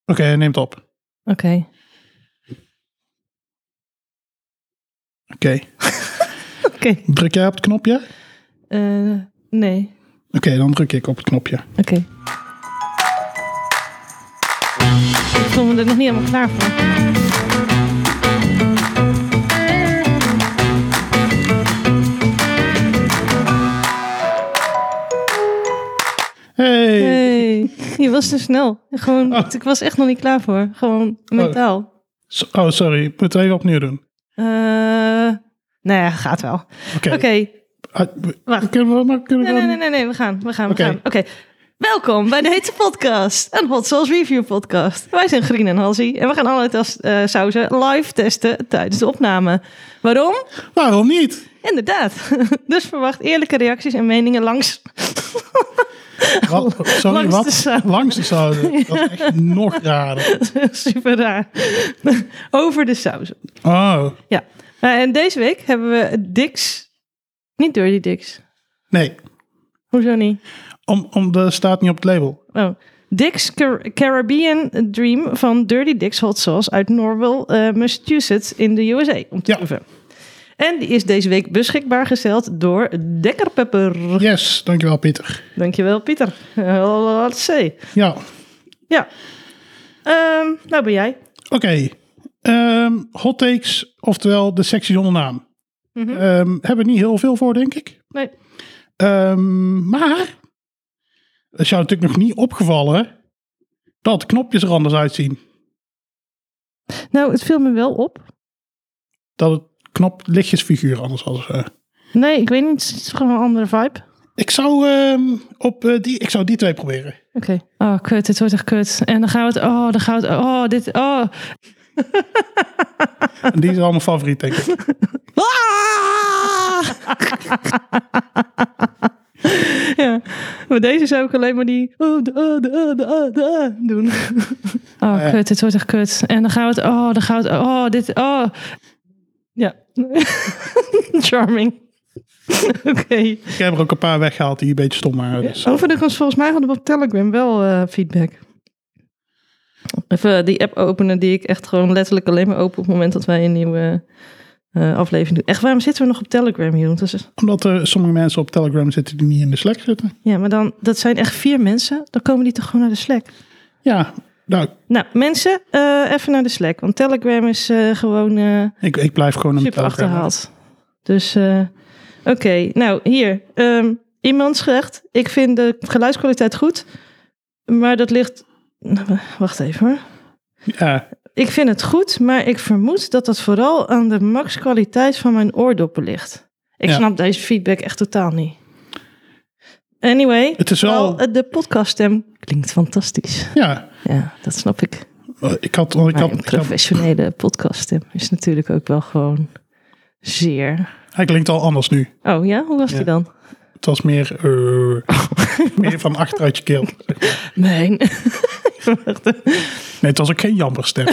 Oké, neemt op. Oké. Oké. Druk jij op het knopje? Nee. Oké, dan druk ik op het knopje. Oké. Ik voel me er nog niet helemaal klaar voor. Hey. Je was te snel. Gewoon, Ik was echt nog niet klaar voor. Gewoon mentaal. Sorry. Moeten we even opnieuw doen? Nou ja, gaat wel. Oké. Wacht. Nee, we gaan. Oké. Welkom bij de Hete Podcast, een Hot Sauce Review podcast. Wij zijn Grien en Halsey en we gaan alle sauzen live testen tijdens de opname. Waarom? Waarom niet? Inderdaad. Dus verwacht eerlijke reacties en meningen langs... Langs de sauzen. Dat is echt nog raar. Super raar. Over de sauzen. Oh. Ja. En deze week hebben we Dick's... Niet Dirty Dick's. Nee. Hoezo niet? De staat niet op het label. Oh. Dick's Caribbean Dream van Dirty Dick's Hot Sauce uit Norwell, Massachusetts in de USA. Om te proeven. En die is deze week beschikbaar gesteld door Dekker Pepper. Yes, dankjewel Pieter. Dankjewel Pieter. Let's say. Ja. Nou ben jij. Oké. Hot takes, oftewel de sectie zonder naam. Mm-hmm. Hebben we niet heel veel voor, denk ik. Nee. Maar het is jou natuurlijk nog niet opgevallen dat de knopjes er anders uitzien. Nou, het viel me wel op. Dat het lichtjesfiguur anders was. Nee, ik weet niet. Het is gewoon een andere vibe. Ik zou die twee proberen. Oké. Oh, kut. Dit wordt echt kut. En dan gaan we het... En die is al mijn favoriet, denk ik. Ja, maar deze zou ik alleen maar die doen. Oh, kut. Dit wordt echt kut. En dan gaan we het... Ja. Charming. Oké. Ik heb er ook een paar weggehaald die een beetje stom waren. Dus. Overigens, volgens mij hadden we op Telegram wel feedback. Even die app openen die ik echt gewoon letterlijk alleen maar open op het moment dat wij een nieuwe aflevering doen. Echt, waarom zitten we nog op Telegram, Jeroen? Omdat er sommige mensen op Telegram zitten die niet in de Slack zitten. Ja, maar dat zijn echt 4 mensen. Dan komen die toch gewoon naar de Slack? Ja, nou mensen, even naar de Slack. Want Telegram is gewoon ik blijf gewoon super achterhaald. Dus, oké. Nou, hier. Iemand zegt, ik vind de geluidskwaliteit goed. Maar dat ligt... Wacht even hoor. Ja. Ik vind het goed, maar ik vermoed dat dat vooral aan de maxkwaliteit van mijn oordoppen ligt. Ik snap deze feedback echt totaal niet. Anyway, het is wel... de podcaststem klinkt fantastisch. Ja, dat snap ik. Een professionele podcaststem is natuurlijk ook wel gewoon zeer... Hij klinkt al anders nu. Oh ja, hoe was die dan? Het was meer, meer van achteruit je keel. Nee. Nee, het was ook geen jammerstem.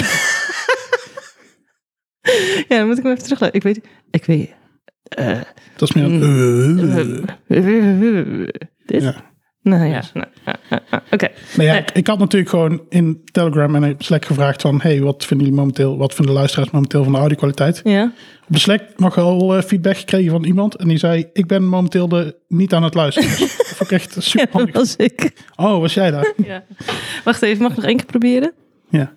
Ja, dan moet ik hem even terugluisteren. Ik weet. Het was meer dit? Ja. Nou ja. Oké. Maar ja, ik had natuurlijk gewoon in Telegram en Slack gevraagd van... Hey, wat vinden de luisteraars momenteel van de audio-kwaliteit? Ja. Op de Slack nogal feedback gekregen van iemand. En die zei, ik ben momenteel niet aan het luisteren. Dat vond ik echt super handig. Dat was ik. Oh, was jij daar? Ja. Wacht even, mag ik nog 1 keer proberen? Ja.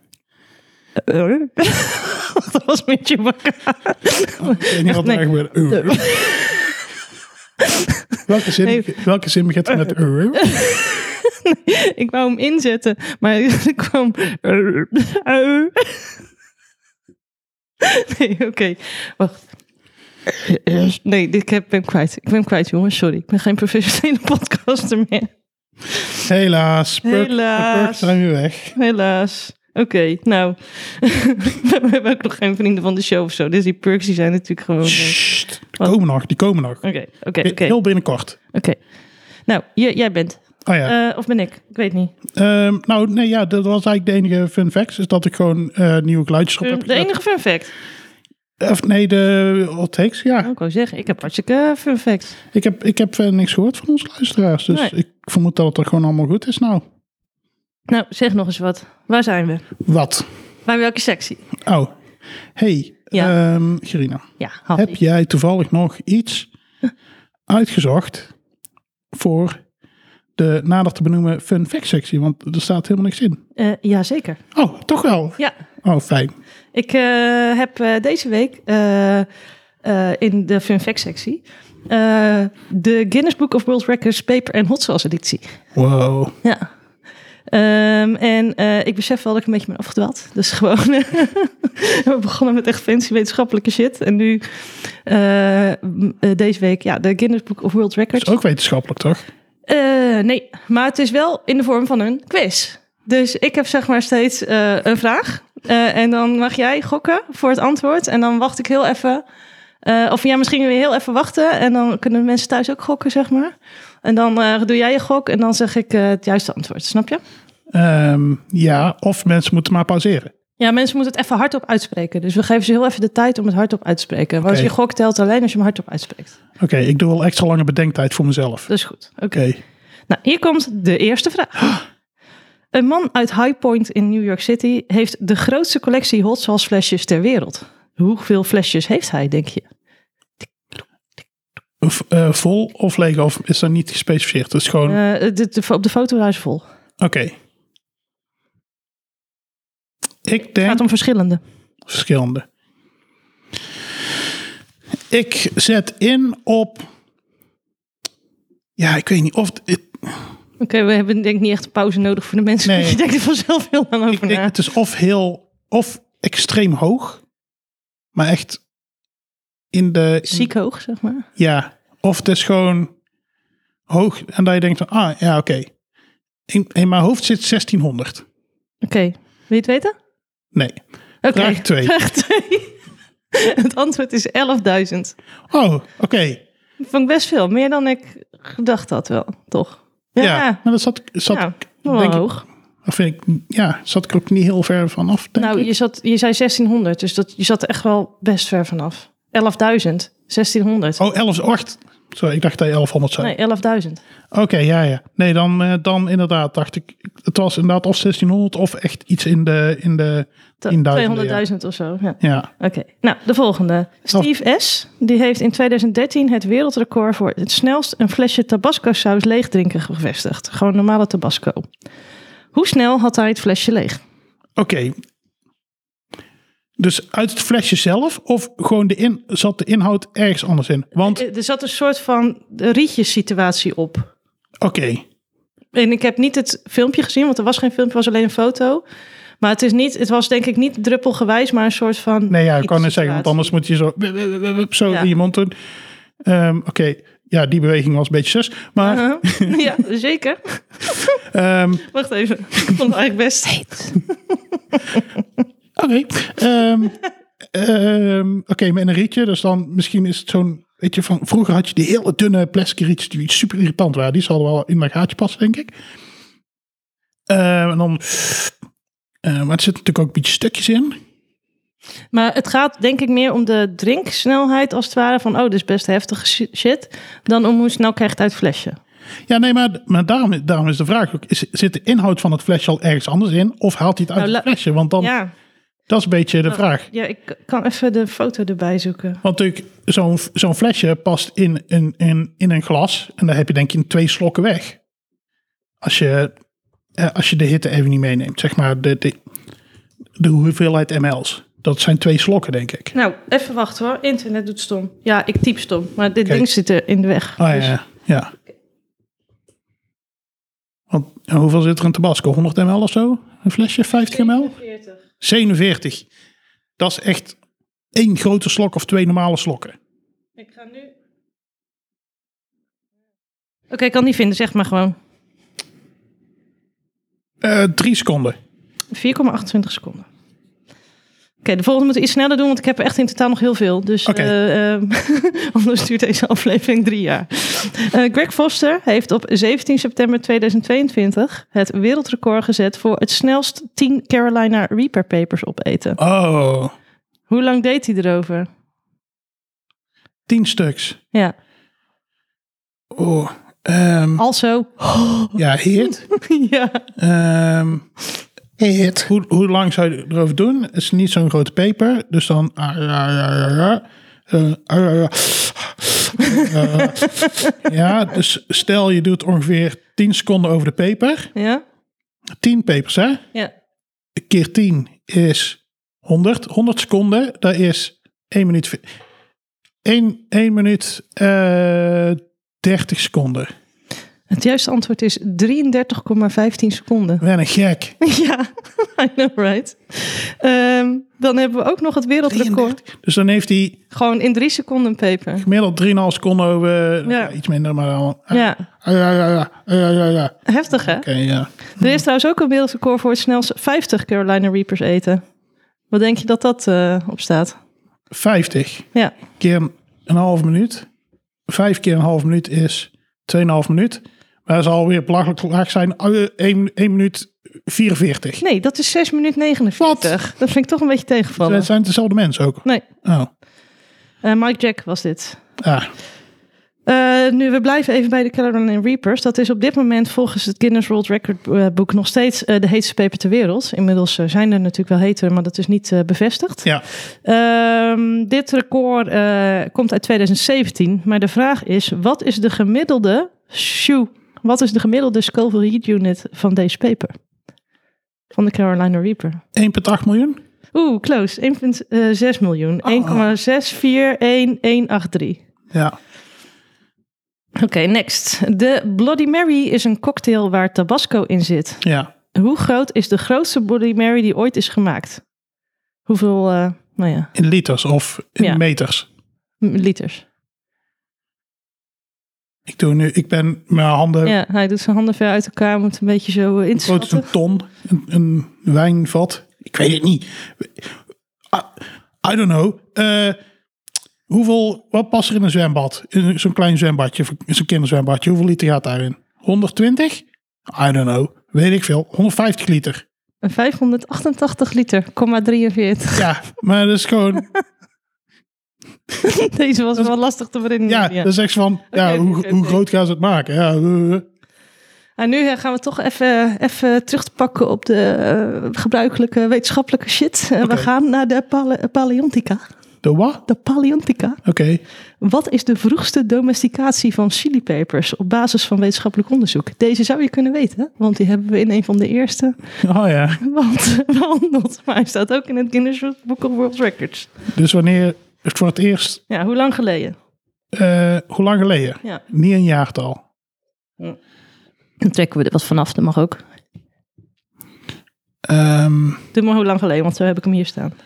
Dat was met je wakker. Ik weet niet wat er gebeurde. Welke zin begint er met nee, ik wou hem inzetten, maar ik kwam... Nee, oké. Wacht. Nee, ik ben hem kwijt. Ik ben hem kwijt, jongens. Sorry. Ik ben geen professionele podcaster meer. Helaas. Perks zijn weer weg. Helaas. Oké, nou. We hebben ook nog geen vrienden van de show of zo. Dus die perks die zijn natuurlijk gewoon... Sst, die komen nog. Oké. Heel binnenkort. Oké. Nou, jij bent. Oh ja. Of ben ik? Ik weet niet. Dat was eigenlijk de enige fun fact. Is dat ik gewoon nieuwe geluidjes op heb. De enige fun fact? Of nee, de hot takes, ja. Ik wou zeggen, ik heb hartstikke fun facts. Ik heb niks gehoord van onze luisteraars. Dus ik vermoed dat het er gewoon allemaal goed is nou. Nou, zeg nog eens wat. Waar zijn we? Wat? Bij welke sectie? Oh, hey, ja. Gerina. Ja, heb jij toevallig nog iets uitgezocht voor de nader te benoemen fun fact sectie? Want er staat helemaal niks in. Jazeker. Oh, toch wel? Ja. Oh, fijn. Ik heb deze week in de fun fact sectie de Guinness Book of World Records peper- en hot sauce editie. Wow. Ja. Ik besef wel dat ik een beetje ben afgedwaald. Dus gewoon, we begonnen met echt fancy wetenschappelijke shit. En nu, deze week, de Guinness Book of World Records. Dat is ook wetenschappelijk, toch? Nee, maar het is wel in de vorm van een quiz. Dus ik heb zeg maar steeds een vraag. En dan mag jij gokken voor het antwoord. En dan wacht ik heel even. Misschien weer heel even wachten. En dan kunnen de mensen thuis ook gokken, zeg maar. En dan doe jij je gok en dan zeg ik het juiste antwoord. Snap je? Ja, of mensen moeten maar pauzeren. Ja, mensen moeten het even hardop uitspreken. Dus we geven ze heel even de tijd om het hardop uit te spreken. Want je gok telt alleen als je hem hardop uitspreekt. Oké, ik doe wel extra lange bedenktijd voor mezelf. Dat is goed. Oké. Nou, hier komt de eerste vraag. Een man uit High Point in New York City heeft de grootste collectie hot sauce flesjes ter wereld. Hoeveel flesjes heeft hij, denk je? Vol of leeg, of is dat niet gespecificeerd? Het is gewoon... op de foto is vol. Oké. Ik denk... Het gaat om verschillende. Verschillende. Ik zet in op... Ja, ik weet niet of... Oké, we hebben denk ik niet echt een pauze nodig voor de mensen. Nee. Je denkt er vanzelf heel lang over na. Het is of extreem hoog, maar echt in de... Ziek hoog, zeg maar. Ja, of het is gewoon hoog en dat je denkt van, oké. In mijn hoofd zit 1600. Oké, wil je het weten? Nee. Vraag 2. Vraag 2. Het antwoord is 11.000. Oh, oké. Dat vond ik best veel. Meer dan ik gedacht had wel, toch? Ja, maar dat zat wel hoog. Zat ik ook niet heel ver vanaf. Nou, je zei 1600, dus je zat er echt wel best ver vanaf. 11.000, 1600. Oh, 11.8. Sorry, ik dacht dat je 1100 zei. Nee, 11.000. Oké, ja. Nee, dan inderdaad dacht ik, het was inderdaad of 1600 of echt iets in de 200.000 of zo. Ja. Oké, nou, de volgende. Steve S. Die heeft in 2013 het wereldrecord voor het snelst een flesje Tabasco saus leegdrinken gevestigd. Gewoon normale Tabasco. Hoe snel had hij het flesje leeg? Oké. Dus uit het flesje zelf of gewoon zat de inhoud ergens anders in? Want... Er zat een soort van rietjes-situatie op. Oké. En ik heb niet het filmpje gezien, want er was geen filmpje, het was alleen een foto. Maar het was denk ik niet druppelgewijs, maar een soort van... Nee, ja, ik kan het zeggen, want anders moet je zo in je mond doen. Oké. Ja, die beweging was een beetje sus, maar... Ja, zeker. Wacht even, ik vond het eigenlijk best heet. Oké, met een rietje, dus dan misschien is het zo'n... Weet je, van vroeger had je die hele dunne plastic rietjes die super irritant waren. Die zouden wel in mijn gaatje passen, denk ik. En dan... maar er zitten natuurlijk ook een beetje stukjes in. Maar het gaat denk ik meer om de drinksnelheid als het ware. Van, dit is best heftige shit. Dan om hoe snel krijgt het uit het flesje. Ja, nee, maar daarom is de vraag ook. Zit de inhoud van het flesje al ergens anders in? Of haalt hij het uit het flesje? Want dan... Ja. Dat is een beetje de vraag. Ja, ik kan even de foto erbij zoeken. Want natuurlijk, zo'n flesje past in een glas. En daar heb je denk ik in 2 slokken weg. Als je de hitte even niet meeneemt. Zeg maar de hoeveelheid ml's. Dat zijn 2 slokken, denk ik. Nou, even wachten hoor. Internet doet stom. Ja, ik typ stom. Maar dit ding zit er in de weg. Oh dus... ja. Want hoeveel zit er in Tabasco? 100 ml of zo? Een flesje? 50 ml? 47. Dat is echt 1 grote slok of 2 normale slokken. Ik ga nu... Oké, ik kan niet vinden. Zeg maar gewoon. 3 seconden. 4,28 seconden. Oké, de volgende moeten we iets sneller doen, want ik heb er echt in totaal nog heel veel. Dus anders duurt deze aflevering 3 jaar. Greg Foster heeft op 17 september 2022 het wereldrecord gezet voor het snelst 10 Carolina Reaper papers opeten. Oh. Hoe lang deed hij erover? 10 stuks. Ja. Oh, Also. Ja, heet. Ja. Heet. Hoe lang zou je erover doen? Het is niet zo'n grote peper. Dus dan... ja, dus stel je doet ongeveer 10 seconden over de peper. Ja. 10 pepers, hè? Ja. Keer 10 is 100. 100 seconden, dat is 1 minuut... 1 minuut 30 seconden. Het juiste antwoord is 33,15 seconden. Ben een gek. Ja, I know, right? Dan hebben we ook nog het wereldrecord. 33. Dus dan heeft hij... Gewoon in 3 seconden een peper. Gemiddeld 3,5 seconden over... Ja. Iets minder, maar dan... Ja. Ja. Heftig, hè? Okay, ja. Er is trouwens ook een wereldrecord voor het snelst 50 Carolina Reapers eten. Wat denk je dat op staat? 50 Ja. keer een half minuut. 5 keer een half minuut is 2,5 minuut. Maar dat zal weer belachelijk laag zijn. 1 minuut 44. Nee, dat is 6 minuten 49. Wat? Dat vind ik toch een beetje tegenvallen. Het zijn dezelfde mensen ook? Nee. Oh. Mike Jack was dit. Ja. Nu, we blijven even bij de Carolina Reapers. Dat is op dit moment volgens het Guinness World Record boek nog steeds de heetste peper ter wereld. Inmiddels zijn er natuurlijk wel heter, maar dat is niet bevestigd. Ja. Dit record komt uit 2017. Maar de vraag is, wat is de gemiddelde Scoville Heat Unit van deze peper? Van de Carolina Reaper. 1,8 miljoen? Close. 1,6 miljoen. 1,641183. Ja. Oké, next. De Bloody Mary is een cocktail waar tabasco in zit. Ja. Hoe groot is de grootste Bloody Mary die ooit is gemaakt? Hoeveel, In liters of in meters? Liters. Ik ben mijn handen... Ja, hij doet zijn handen ver uit elkaar om het een beetje zo in te schatten. Groot is een ton, een wijnvat. Ik weet het niet. I don't know. Wat past er in een zwembad? In zo'n klein zwembadje, zo'n kinderzwembadje. Hoeveel liter gaat daarin? 120? I don't know. Weet ik veel. 150 liter. 588 liter, 43. Ja, maar dat is gewoon... Deze was wel lastig te beredeneren. Ja, dat is echt van... Hoe groot gaan ze het maken? Ja, En nu gaan we toch even terug te pakken op de gebruikelijke wetenschappelijke shit. We gaan naar de Paleontica. De wat? De Paleontica. Oké. Wat is de vroegste domesticatie van chilipepers op basis van wetenschappelijk onderzoek? Deze zou je kunnen weten, want die hebben we in een van de eerste behandeld. Maar hij staat ook in het Guinness Book of World Records. Dus wanneer het voor het eerst... Ja, hoe lang geleden? Hoe lang geleden? Ja. Niet een jaartal. Dan trekken we er wat vanaf, dat mag ook. Doe maar hoe lang geleden, want zo heb ik hem hier staan.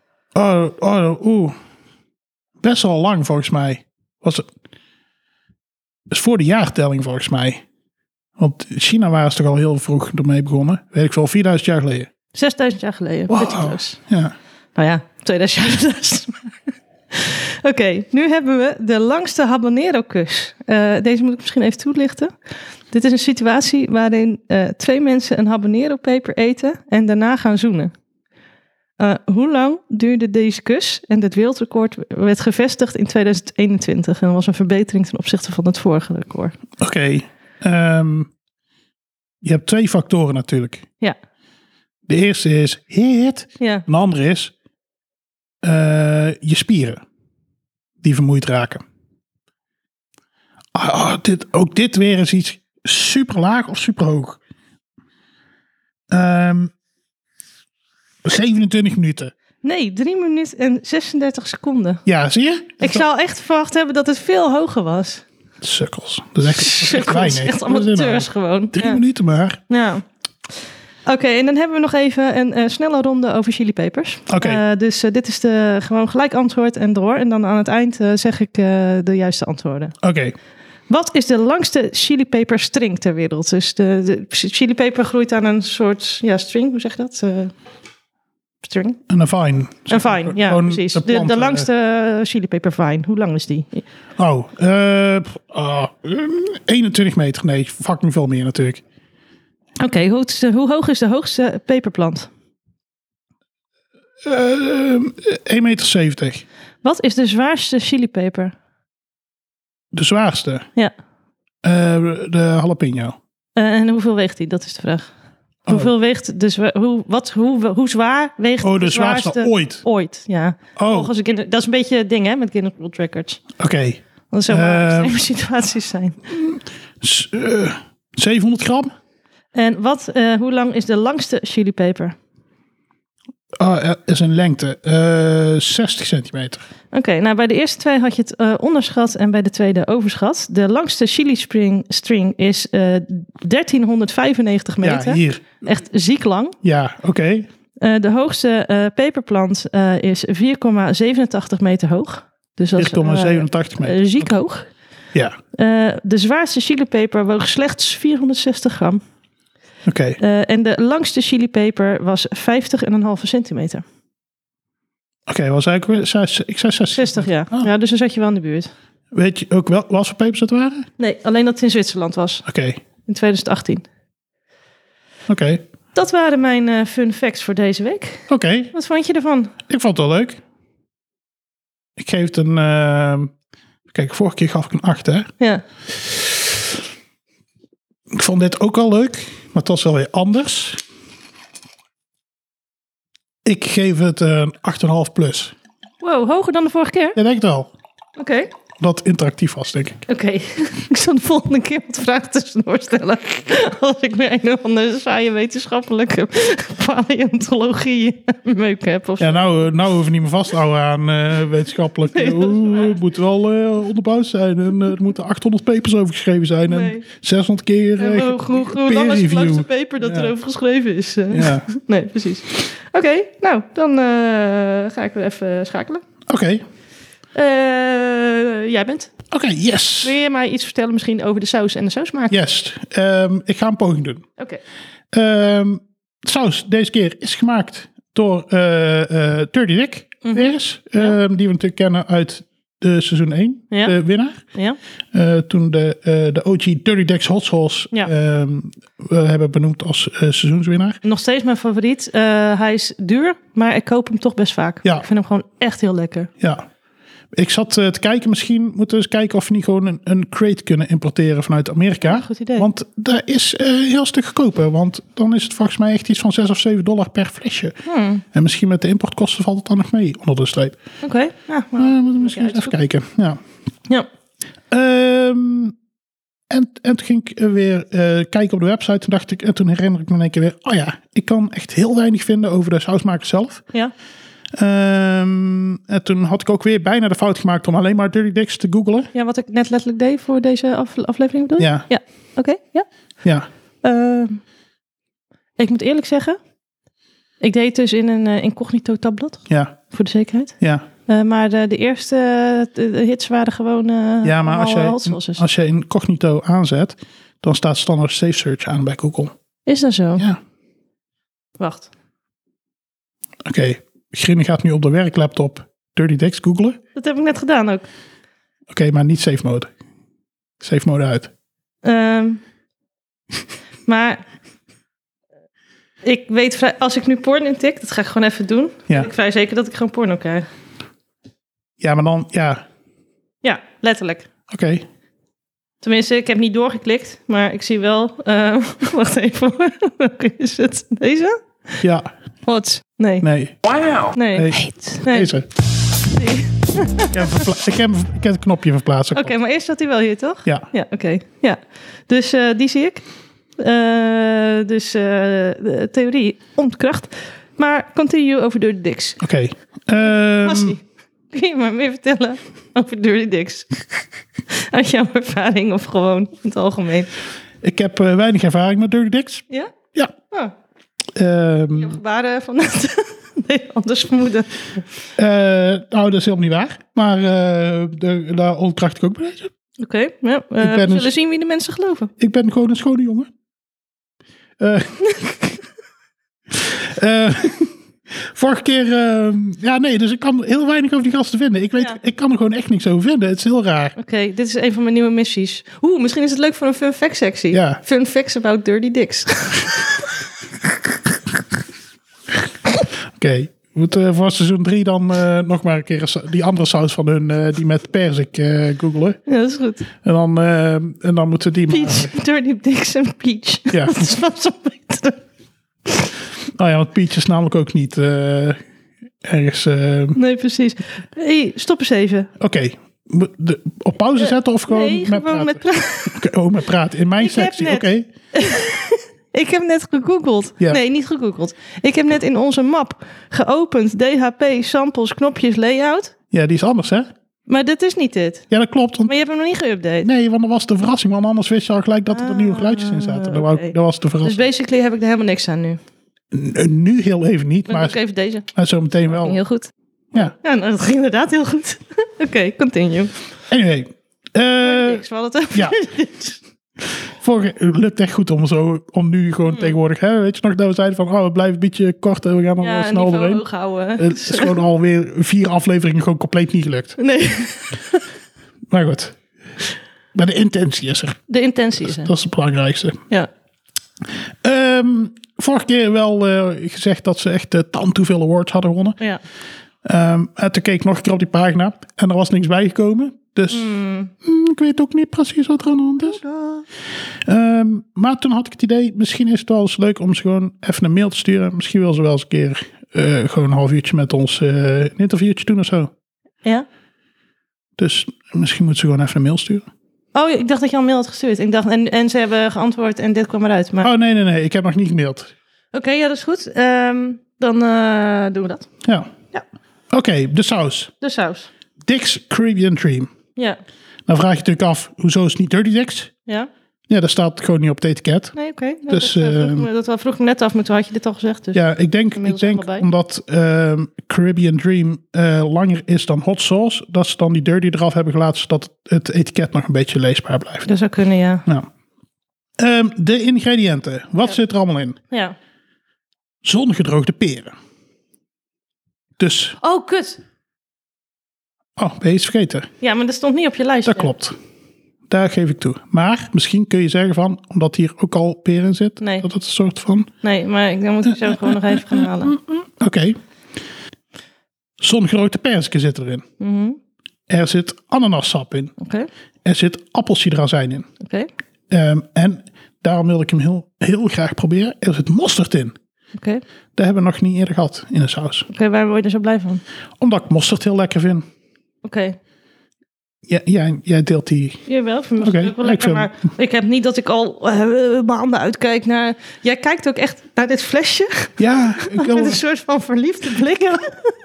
Best wel lang volgens mij. Dat is voor de jaartelling volgens mij. Want China waren ze toch al heel vroeg ermee begonnen. Weet ik veel, 4000 jaar geleden. 6000 jaar geleden. Wow. Ja. Nou ja, 2000 jaar geleden. Oké, nu hebben we de langste habanero-kus. Deze moet ik misschien even toelichten. Dit is een situatie waarin 2 mensen een habanero-peper eten en daarna gaan zoenen. Hoe lang duurde deze kus? En dit wereldrecord werd gevestigd in 2021. En dat was een verbetering ten opzichte van het vorige record. Oké. Je hebt 2 factoren natuurlijk. Ja. De eerste is heet. Ja. En de andere is je spieren die vermoeid raken. Dit weer is iets super laag of super hoog. 27 minuten. Nee, 3 minuten en 36 seconden. Ja, zie je? Ik zou echt verwacht hebben dat het veel hoger was. Sukkels. Dat is echt weinig. Echt amateurs gewoon. 3 minuten maar. Ja. Oké, en dan hebben we nog even een snelle ronde over chilipepers. Oké. Dus dit is gewoon gelijk antwoord en door. En dan aan het eind zeg ik de juiste antwoorden. Oké. Wat is de langste chilipeperstring ter wereld? Dus de chilipeper groeit aan een soort string, hoe zeg je dat? String? Een vine. Een vine, ja, precies. De langste chilipepervine, hoe lang is die? 21 meter. Nee, fucking veel meer natuurlijk. Oké, hoe hoog is de hoogste peperplant? 1,70 meter. Wat is de zwaarste chilipeper? De zwaarste? Ja. De jalapeno. En hoeveel weegt die? Dat is de vraag. Hoeveel weegt hoe zwaar weegt de zwaarste ooit, ja. Volgens dat is een beetje het ding, hè, met Guinness World Records. Oké. Dat zou maar extreme situaties zijn. 700 gram. En hoe lang is de langste chilipeper? Is een lengte. 60 centimeter. Oké, nou bij de eerste 2 had je het onderschat en bij de tweede overschat. De langste chili string is 1395 meter. Ja, hier. Echt ziek lang. Ja, oké. De hoogste peperplant is 4,87 meter hoog. Dus dat 4,87 meter. Ziek hoog. Ja. De zwaarste chilipeper woog slechts 460 gram. Oké. En de langste chilipeper was 50,5 centimeter. Oké, was eigenlijk ik zei 60, ja. Oh. Ja, dus dan zat je wel in de buurt. Weet je ook wel wat voor pepers dat waren? Nee, alleen dat het in Zwitserland was. Oké. In 2018. Oké. Dat waren mijn fun facts voor deze week. Oké. Wat vond je ervan? Ik vond het wel leuk. Ik geef het een... Kijk, vorige keer gaf ik een 8, hè? Ja. Ik vond dit ook al leuk, maar het was wel weer anders. Ik geef het een 8,5 plus. Wow, hoger dan de vorige keer? Ja, denk ik wel. Oké. Dat interactief was, denk ik. Oké. Ik zal de volgende keer wat vragen tussendoor stellen. Als ik weer een of andere saaie wetenschappelijke paleontologie meuk heb. Of nou hoeven we niet meer vasthouden aan wetenschappelijk. Het moet wel onderbouwd zijn. En er moeten 800 papers over geschreven zijn. En 600 keer hoe lang is het langste paper dat erover geschreven is? Ja. Nee, precies. Oké, nou, dan ga ik weer even schakelen. Oké. Jij bent. Oké, yes. Wil je mij iets vertellen misschien over de saus en de sausmaker? Yes. Ik ga een poging doen. Oké. Saus deze keer is gemaakt door Dirty Dick. Die we natuurlijk kennen uit de seizoen 1. Ja. De winnaar. Ja. Toen de OG Dirty Dick's Hot Sauce we hebben benoemd als seizoenswinnaar. Nog steeds mijn favoriet. Hij is duur, maar ik koop hem toch best vaak. Ja. Ik vind hem gewoon echt heel lekker. Ja. Ik zat te kijken, misschien moeten we eens kijken of we niet gewoon een crate kunnen importeren vanuit Amerika. Ja, goed idee. Want daar is heel stuk goedkoper. Want dan is het volgens mij echt iets van $6 of $7 per flesje. En misschien met de importkosten valt het dan nog mee onder de streep. Oké. Ja, moeten we misschien eens even kijken. Ja. En toen ging ik weer kijken op de website. En toen herinner ik me in één keer weer. Oh ja, ik kan echt heel weinig vinden over de sausmaker zelf. Ja. En toen had ik ook weer bijna de fout gemaakt om alleen maar Dirty Dick's te googlen. Ja, wat ik net letterlijk deed voor deze aflevering bedoel je? Ja. Ja. Oké, ja. Ja. Ik moet eerlijk zeggen, ik deed het dus in een incognito tabblad. Ja. Voor de zekerheid. Ja. Maar de eerste hits waren gewoon ja, maar als je incognito aanzet, dan staat standaard safe search aan bij Google. Is dat zo? Ja. Wacht. Oké. Grinne gaat nu op de werklaptop Dirty Dick's googlen. Dat heb ik net gedaan ook. Oké, maar niet safe mode. Safe mode uit. Maar ik weet als ik nu porno intik, dat ga ik gewoon even doen. Ja. Ben ik vrij zeker dat ik gewoon porno krijg. Ja, maar dan, ja. Ja, letterlijk. Oké. Tenminste, ik heb niet doorgeklikt, maar ik zie wel... wacht even. Welke is het? Deze? Ja. Wat? Nee. Wow. Nee. Deze. Nee. Ik heb het knopje verplaatst. Oké, maar eerst zat hij wel hier, toch? Ja. Ja, oké. Ja. Dus die zie ik. De theorie ontkracht. Maar continue over Dirty Dick's. Oké. Kun je maar meer vertellen over Dirty Dick's? Uit jouw ervaring of gewoon in het algemeen? Ik heb weinig ervaring met Dirty Dick's. Ja? Ja. Oh. Je gebaren van het anders vermoeden. Nou, dat is helemaal niet waar. Maar daar ontkracht ik ook bij deze. Oké, ja. We zullen zien wie de mensen geloven. Ik ben gewoon een schone jongen. Vorige keer... dus ik kan heel weinig over die gasten vinden. Ik kan er gewoon echt niks over vinden. Het is heel raar. Oké, dit is een van mijn nieuwe missies. Misschien is het leuk voor een fun fact sectie. Ja. Fun facts about Dirty Dick's. Oké. Voor seizoen 3 dan nog maar een keer die andere saus van hun, die met perzik googelen. Ja, dat is goed. En dan moeten die Peach, Dirty Dicks en Peach. Ja. Dat is wel zo beter. Nou ja, want Peach is namelijk ook niet ergens... Nee, precies. Hey, stop eens even. Oké. Op pauze zetten of gewoon nee, met gewoon praten? Met praten. In mijn sectie, oké. Ik heb net gegoogeld. Ja. Nee, niet gegoogeld. Ik heb net in onze map geopend DHP, samples, knopjes, layout. Ja, die is anders, hè? Maar dit is niet dit. Ja, dat klopt. Maar je hebt hem nog niet geüpdate. Nee, want dat was de verrassing. Want anders wist je al gelijk dat er nieuwe geluidjes in zaten. Dat was de verrassing. Dus basically heb ik er helemaal niks aan nu. Nu heel even niet. Maar ook even deze. Zo meteen wel. Heel goed. Ja. Ja, nou, dat ging inderdaad heel goed. Oké, continue. Anyway. Ik zal het even. Ja. Het lukt echt goed om nu gewoon tegenwoordig, hè, weet je nog dat we zeiden van, we blijven een beetje kort en we gaan er snel overheen. Hoog houden. Het is gewoon alweer 4 afleveringen gewoon compleet niet gelukt. Nee. Maar goed. Maar de intentie is er. De intentie is er. Dat is het belangrijkste. Ja. Vorige keer wel gezegd dat ze echt tant hoeveel awards hadden gewonnen. Ja. En toen keek ik nog een keer op die pagina en er was niks bijgekomen. Dus ik weet ook niet precies wat er aan de hand is. Maar toen had ik het idee, misschien is het wel eens leuk om ze gewoon even een mail te sturen. Misschien wil ze wel eens een keer gewoon een half uurtje met ons een interviewtje doen of zo. Ja. Dus misschien moet ze gewoon even een mail sturen. Oh, ik dacht dat je al een mail had gestuurd. Ik dacht, en ze hebben geantwoord en dit kwam eruit. Maar... Oh, nee. Ik heb nog niet gemaild. Oké, ja, dat is goed. Dan doen we dat. Ja. Oké, de saus. De saus. Dick's Caribbean Dream. Ja. Nou vraag je natuurlijk af, hoezo is het niet Dirty Dicks? Ja. Ja, dat staat gewoon niet op het etiket. Nee, oké. Nou, dus, dat vroeg me net af, maar toen had je dit al gezegd. Dus ja, ik denk omdat Caribbean Dream langer is dan hot sauce, dat ze dan die dirty eraf hebben gelaten, zodat het etiket nog een beetje leesbaar blijft. Dat zou kunnen, ja. Nou. De ingrediënten. Wat zit er allemaal in? Ja. Zongedroogde peren. Dus... Oh, kut. Oh, ben je iets vergeten? Ja, maar dat stond niet op je lijst. Dat klopt. Daar geef ik toe. Maar misschien kun je zeggen van, omdat hier ook al peren in zit, dat het een soort van... Nee, maar dan moet ik zo gewoon nog even gaan halen. Oké. Zongerookte perziken zit erin. Mm-hmm. Er zit ananassap in. Okay. Er zit appelsiederazijn in. Okay. En daarom wil ik hem heel graag proberen. Er zit mosterd in. Okay. Dat hebben we nog niet eerder gehad in de saus. Oké, waar word je er zo blij van? Omdat ik mosterd heel lekker vind. Oké. Ja, jij deelt die... Jawel, ik vind mosterd ook wel lekker. Maar ik heb niet dat ik al maanden uitkijk naar... Jij kijkt ook echt naar dit flesje? Ja. Met een soort van verliefde blik.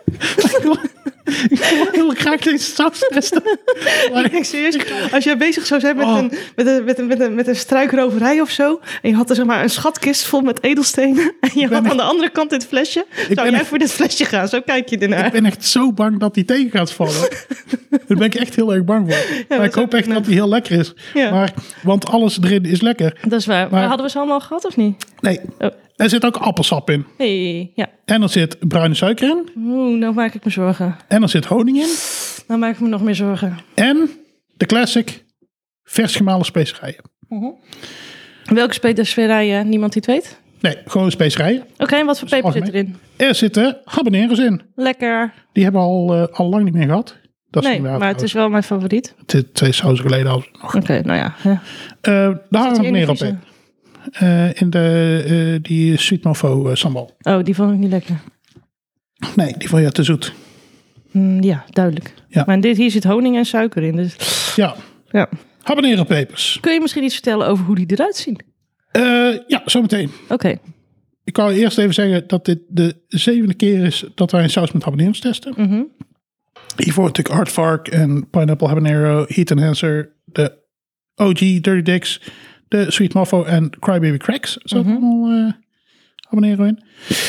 Ik wil heel graag deze saus testen. Ik serieus, als jij bezig zou zijn met een struikroverij of zo, en je had er zeg maar een schatkist vol met edelstenen, en je had aan de andere kant dit flesje, zou jij voor dit flesje gaan? Zo kijk je ernaar. Ik ben echt zo bang dat die tegen gaat vallen. Daar ben ik echt heel erg bang voor. Ja, maar ik hoop echt dat die heel lekker is. Ja. Want alles erin is lekker. Dat is waar. Maar hadden we ze allemaal gehad of niet? Nee. Oh. Er zit ook appelsap in. Hey, ja. En er zit bruine suiker in. Nou maak ik me zorgen. En er zit honing in. Nou maak ik me nog meer zorgen. En de classic vers gemalen specerijen. Welke specerijen? Niemand die het weet? Nee, gewoon specerijen. Oké, en wat voor peper zit erin? Er zitten habaneros in. Lekker. Die hebben we al lang niet meer gehad. Dat is nee, niet waar, maar het is wel mijn favoriet. Het is 2 sauzen geleden al nog. Oké, nou ja. Daar hangen we meer op in. In die sweet mofo sambal. Oh, die vond ik niet lekker. Nee, die vond je te zoet. Ja, duidelijk. Ja. Maar hier zit honing en suiker in. Dus... Ja. Habanero pepers. Kun je misschien iets vertellen over hoe die eruit zien? Ja, zometeen. Oké. Ik wou eerst even zeggen dat dit de 7e keer is dat wij een saus met habaneros testen. Mm-hmm. Hiervoor natuurlijk Aardvark en Pineapple Habanero, Heat Enhancer, de OG Dirty Dicks, de Sweet Mofo en Crybaby Cracks. Zat allemaal habanero in.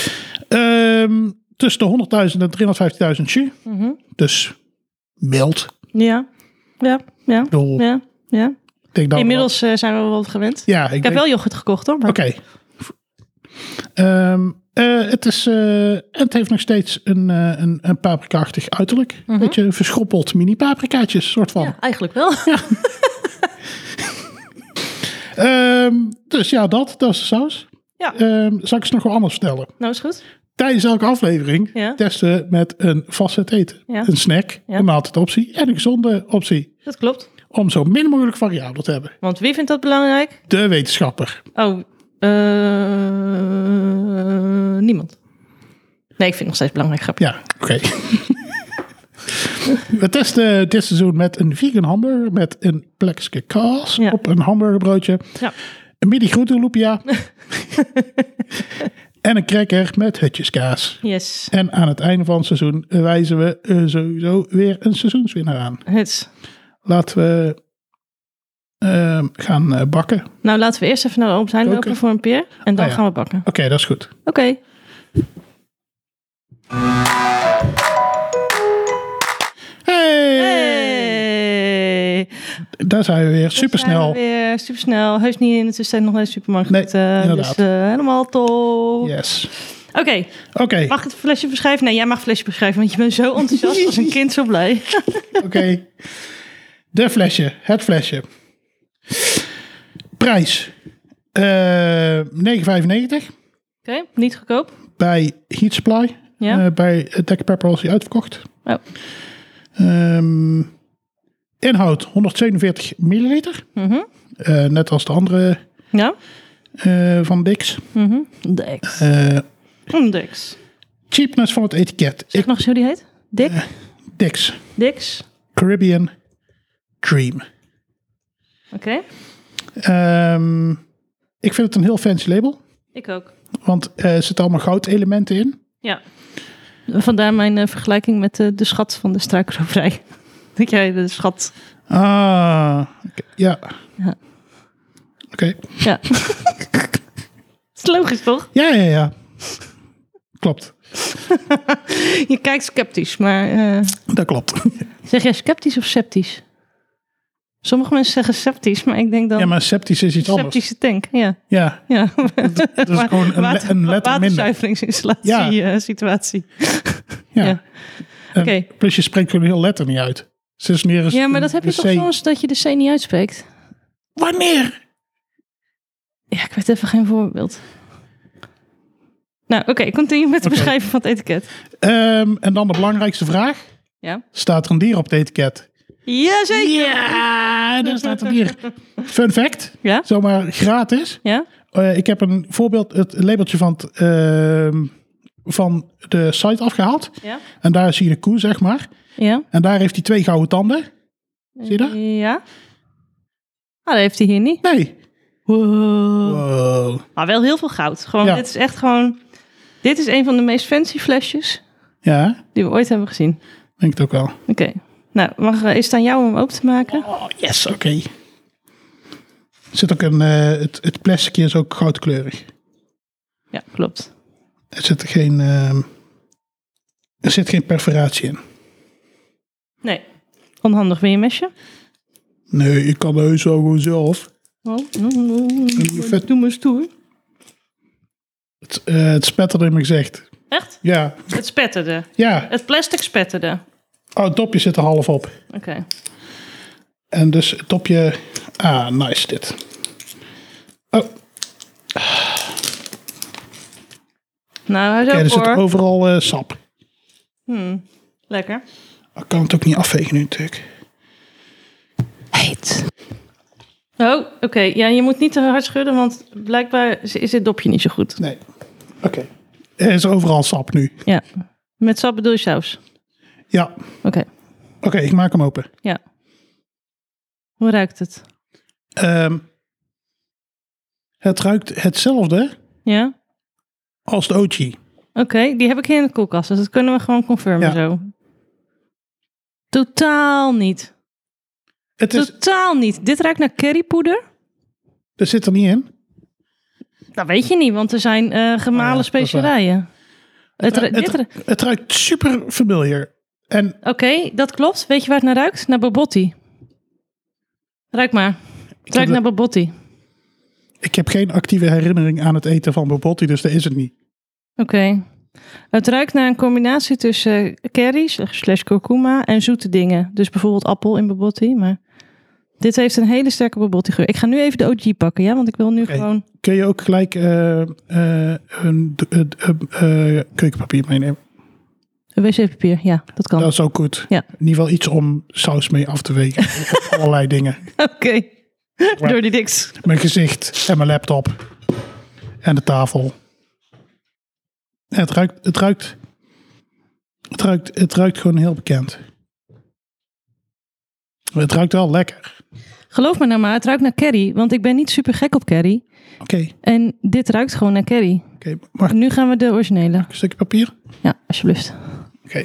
Tussen de 100.000 en 350.000 jus. Mm-hmm. Dus mild. Ja. Denk inmiddels zijn we wel gewend. Ja, ik heb wel yoghurt gekocht hoor. Oké. Het heeft nog steeds een paprika-achtig uiterlijk. Beetje een verschroppeld mini paprikaatjes, soort van. Ja, eigenlijk wel. Ja. Dus ja, dat is de saus. Ja. Zal ik eens nog wel anders vertellen? Nou, is goed. tijdens elke aflevering testen we met een facet eten. Ja. Een snack, een maaltijdoptie en een gezonde optie. Dat klopt. Om zo min mogelijk variabel te hebben. Want wie vindt dat belangrijk? De wetenschapper. Oh, niemand. Nee, ik vind het nog steeds belangrijk. Grapje. Ja, oké. We testen dit seizoen met een vegan hamburger met een plekje kaas op een hamburgerbroodje. Ja. Een midi groenteloepia. En een cracker met hutjeskaas. Yes. En aan het einde van het seizoen wijzen we sowieso weer een seizoenswinnaar aan. Laten we gaan bakken. Nou, laten we eerst even naar de Albert Heijn lopen voor een peer. En dan gaan we bakken. Oké, dat is goed. Oké. Hey! Daar zijn we weer. Supersnel. Supersnel. Heus niet in het systeem nog naar de supermarkt. Nee, inderdaad. Dus helemaal top. Yes. Oké. Mag ik het flesje beschrijven? Nee, jij mag het flesje beschrijven, want je bent zo enthousiast als een kind zo blij. Oké. Het flesje. Prijs. €9,95. Oké, niet goedkoop. Bij Heat Supply. Ja. Bij Dr Pepper was hij uitverkocht. Oh. Inhoud 147 milliliter. Mm-hmm. Net als de andere van Dix. Mm-hmm. Dix. Cheapness van het etiket. Zeg nog eens hoe die heet? Dix. Caribbean Dream. Oké. Ik vind het een heel fancy label. Ik ook. Want er zitten allemaal goudelementen in. Ja. Vandaar mijn vergelijking met de schat van de struikroverij. Denk jij de schat? Okay. Ja. Oké. Ja. Is logisch, toch? Ja. Klopt. Je kijkt sceptisch, maar... Dat klopt. Zeg jij sceptisch of sceptisch? Sommige mensen zeggen sceptisch, maar ik denk dan... Ja, maar sceptisch is iets anders. Sceptische tank, ja. Dat is gewoon een letter minder. Waterzuiveringsinstallatie situatie. Ja. Oké. Plus je spreekt gewoon een heel letter niet uit. Maar dat heb je toch soms dat je de C niet uitspreekt? Wanneer? Ja, ik weet even geen voorbeeld. Nou, oké, continue met het beschrijven van het etiket. En dan de belangrijkste vraag. Ja. Staat er een dier op het etiket? Jazeker. Ja, daar staat een dier. Fun fact. Ja? Zomaar gratis. Ja? Ik heb een voorbeeld, het labeltje van de site afgehaald. Ja? En daar zie je de koe, zeg maar. Ja? En daar heeft hij 2 gouden tanden. Zie je dat? Ja. Dat heeft hij hier niet. Nee. Wow. Maar wel heel veel goud. Gewoon, dit is echt gewoon... Dit is een van de meest fancy flesjes die we ooit hebben gezien. Denk het ook wel. Oké. Nou, is het aan jou om hem open te maken? Oh, yes, oké. Er zit ook het plasticje is ook goudkleurig. Ja, klopt. Er zit geen perforatie in. Nee. Onhandig. Wil je een mesje? Nee, ik kan heus wel gewoon zelf. Doe maar stoer. Het spetterde in mijn gezicht. Echt? Ja. Het spetterde? Ja. Het plastic spetterde? Oh, het dopje zit er half op. Oké. En dus het dopje... Ah, nice dit. Oh. Nou, hij is ook er zit overal sap. Lekker. Ik kan het ook niet afvegen nu natuurlijk. Heet. Oh, oké. Ja, je moet niet te hard schudden, want blijkbaar is dit dopje niet zo goed. Nee. Oké. Er is overal sap nu. Ja. Met sap bedoel je saus? Ja. Oké, ik maak hem open. Ja. Hoe ruikt het? Het ruikt hetzelfde als de OG. Oké, die heb ik hier in de koelkast, dus dat kunnen we gewoon confirmen zo. Totaal niet. Totaal niet. Dit ruikt naar currypoeder. Dat zit er niet in. Dat weet je niet, want er zijn gemalen specerijen. Het ruikt super familiar. Oké, dat klopt. Weet je waar het naar ruikt? Naar bobotti. Ruik maar. Het ruikt naar bobotti. Ik heb geen actieve herinnering aan het eten van bobotti, dus dat is het niet. Oké. Het ruikt naar een combinatie tussen curry / kurkuma en zoete dingen. Dus bijvoorbeeld appel in bobotti, maar Dit heeft een hele sterke bubble geur. Ik ga nu even de OG pakken, ja? Want ik wil nu gewoon... Kun je ook gelijk keukenpapier meenemen? Een wc-papier, ja, dat kan. Dat is ook goed. Ja. In ieder geval iets om saus mee af te wegen. Allerlei dingen. Oké. Door die diks. Mijn gezicht en mijn laptop. En de tafel. En het ruikt gewoon heel bekend. Het ruikt wel lekker. Geloof me nou maar, het ruikt naar curry. Want ik ben niet super gek op curry. Oké. En dit ruikt gewoon naar curry. Oké, maar nu gaan we de originele. Een stukje papier? Ja, alsjeblieft. Oké.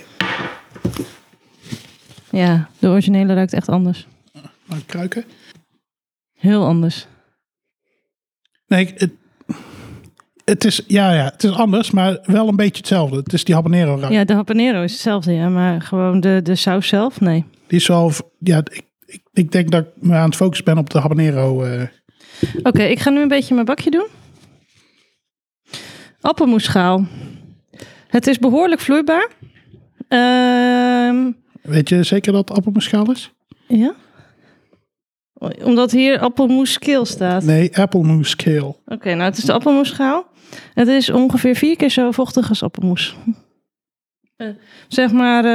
Ja, de originele ruikt echt anders. Mag ik ruiken? Heel anders. Nee, het is anders, maar wel een beetje hetzelfde. Het is die habanero ruik. Ja, de habanero is hetzelfde, ja. Maar gewoon de saus zelf, nee. Die is wel, ja, ik denk dat ik me aan het focussen ben op de habanero. Oké, ik ga nu een beetje mijn bakje doen. Appelmoesschaal. Het is behoorlijk vloeibaar. Weet je zeker dat het appelmoesschaal is? Ja. Omdat hier appelmoeskeel staat. Nee, appelmoeskeel. Oké, nou het is de appelmoesschaal. Het is ongeveer 4 keer zo vochtig als appelmoes. Zeg maar...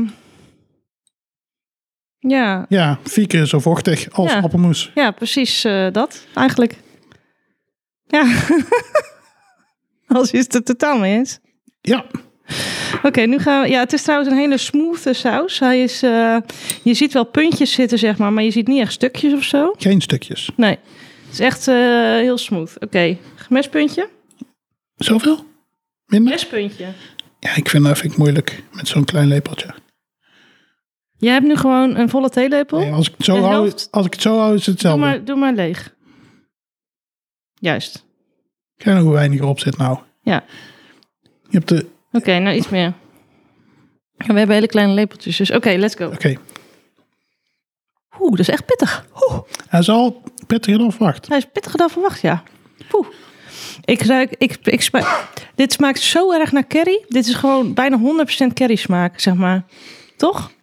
ja. Ja, 4 keer zo vochtig als appelmoes. Ja, precies dat eigenlijk. Ja. Als je het er totaal mee eens. Ja. Oké, nu gaan we... Ja, het is trouwens een hele smooth saus. Hij is... je ziet wel puntjes zitten, zeg maar je ziet niet echt stukjes of zo. Geen stukjes. Nee, het is echt heel smooth. Oké, mespuntje. Zoveel? Minder? Mespuntje. Ja, ik vind ik moeilijk met zo'n klein lepeltje. Jij hebt nu gewoon een volle theelepel. Nee, als ik het zo hou, is het hetzelfde. Doe maar leeg. Juist. Kijk nou hoe weinig erop zit nou. Ja. Je hebt de... Oké, nou iets meer. We hebben hele kleine lepeltjes, dus oké, let's go. Oké. Oeh, dat is echt pittig. Hij is al pittiger dan verwacht. Hij is pittiger dan verwacht, ja. Poeh. Dit smaakt zo erg naar curry. Dit is gewoon bijna 100% curry smaak, zeg maar. Toch?